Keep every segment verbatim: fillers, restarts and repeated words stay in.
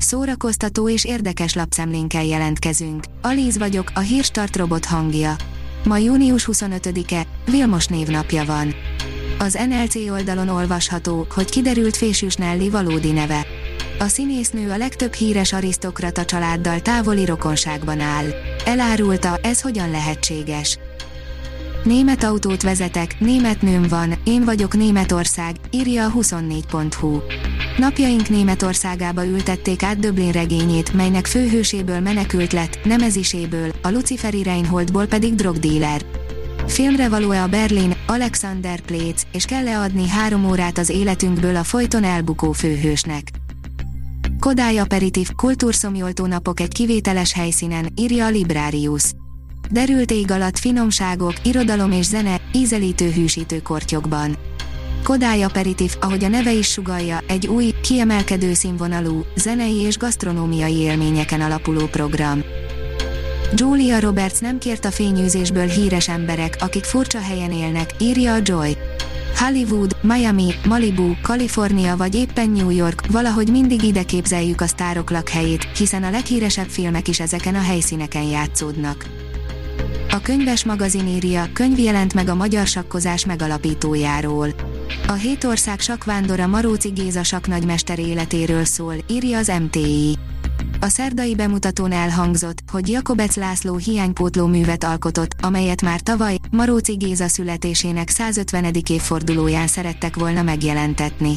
szórakoztató és érdekes lapszemlénkkel jelentkezünk. Alíz vagyok, a Hírstart robot hangja. Ma június huszonötödike, Vilmos névnapja van. Az en el cé oldalon olvasható, hogy kiderült Fésűs Nelly valódi neve. A színésznő a legtöbb híres arisztokrata családdal távoli rokonságban áll. Elárulta, ez hogyan lehetséges. Német autót vezetek, német nőm van, én vagyok Németország, írja a huszonnégy pont hu. Napjaink Németországába ültették át Döblin regényét, melynek főhőséből menekült lett, nemeziséből, a luciferi Reinholdból pedig drogdíler. Filmre való-e a Berlin, Alexanderplatz, és kell-e adni három órát az életünkből a folyton elbukó főhősnek? Kodály aperitív, kultúrszomjoltó napok egy kivételes helyszínen, írja a Librarius. Derült ég alatt finomságok, irodalom és zene, ízelítő hűsítő kortyokban. Kodály aperitív, ahogy a neve is sugallja, egy új, kiemelkedő színvonalú, zenei és gasztronómiai élményeken alapuló program. Julia Roberts nem kért a fényűzésből híres emberek, akik furcsa helyen élnek, írja a Joy. Hollywood, Miami, Malibu, Kalifornia vagy éppen New York, valahogy mindig ide képzeljük a sztárok lakhelyét, hiszen a leghíresebb filmek is ezeken a helyszíneken játszódnak. A Könyves magazin írja, könyv jelent meg a magyar sakkozás megalapítójáról. A hét ország sakkvándora Maróczy Géza sakknagymester életéről szól, írja az em té i. A szerdai bemutatón elhangzott, hogy Jakobec László hiánypótló művet alkotott, amelyet már tavaly, Maróczy Géza születésének százötvenedik évfordulóján szerettek volna megjelentetni.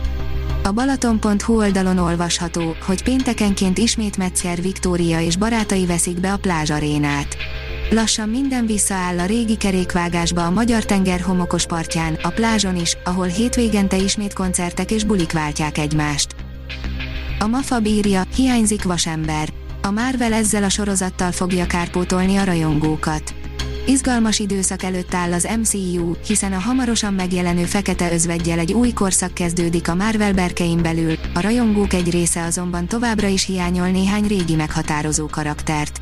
A Balaton pont hu oldalon olvasható, hogy péntekenként ismét Metzger Viktória és barátai veszik be a plázsarénát. Lassan minden visszaáll a régi kerékvágásba a Magyar-tenger homokos partján, a plázson is, ahol hétvégente ismét koncertek és bulik váltják egymást. A Mafab írja, hiányzik Vasember. A Marvel ezzel a sorozattal fogja kárpótolni a rajongókat. Izgalmas időszak előtt áll az em cé u, hiszen a hamarosan megjelenő Fekete Özveggyel egy új korszak kezdődik a Marvel berkein belül, a rajongók egy része azonban továbbra is hiányol néhány régi meghatározó karaktert.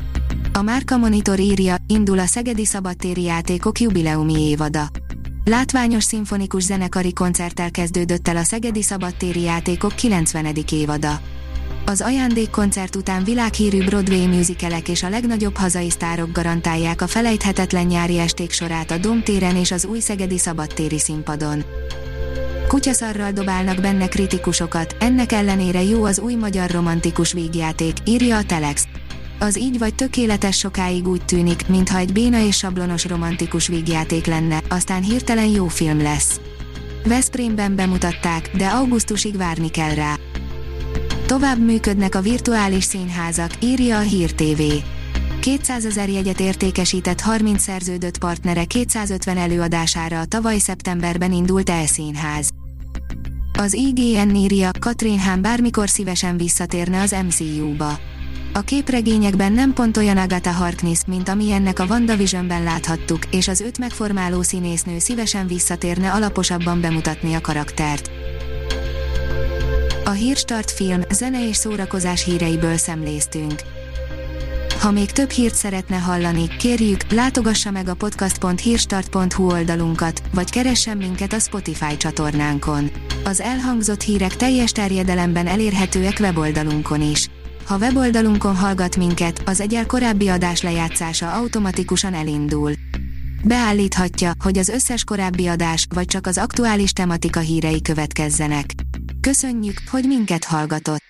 A Márka Monitor írja, indul a Szegedi Szabadtéri Játékok jubileumi évada. Látványos szimfonikus zenekari koncerttel kezdődött el a Szegedi Szabadtéri Játékok kilencvenedik évada. Az ajándékkoncert után világhírű Broadway musicalek és a legnagyobb hazai sztárok garantálják a felejthetetlen nyári esték sorát a Dóm téren és az új szegedi szabadtéri színpadon. Kutyaszarral dobálnak benne kritikusokat, ennek ellenére jó az új magyar romantikus vígjáték, írja a Telex. Az Így vagy tökéletes sokáig úgy tűnik, mintha egy béna és sablonos romantikus vígjáték lenne, aztán hirtelen jó film lesz. Veszprémben bemutatták, de augusztusig várni kell rá. Tovább működnek a virtuális színházak, írja a Hír té vé. kétszázezer jegyet értékesített harminc szerződött partnere kétszázötven előadására a tavaly szeptemberben indult e-színház. Az i gé en írja, Katrin Hahn bármikor szívesen visszatérne az em cé u-ba. A képregényekben nem pont olyan Agatha Harkness, mint amilyennek a WandaVisionben láthattuk, és az őt megformáló színésznő szívesen visszatérne alaposabban bemutatni a karaktert. A Hírstart film, zene és szórakozás híreiből szemléztünk. Ha még több hírt szeretne hallani, kérjük, látogassa meg a podcast pont hírstart pont hu oldalunkat, vagy keressen minket a Spotify csatornánkon. Az elhangzott hírek teljes terjedelemben elérhetőek weboldalunkon is. Ha weboldalunkon hallgat minket, az egyel korábbi adás lejátszása automatikusan elindul. Beállíthatja, hogy az összes korábbi adás, vagy csak az aktuális tematika hírei következzenek. Köszönjük, hogy minket hallgatott!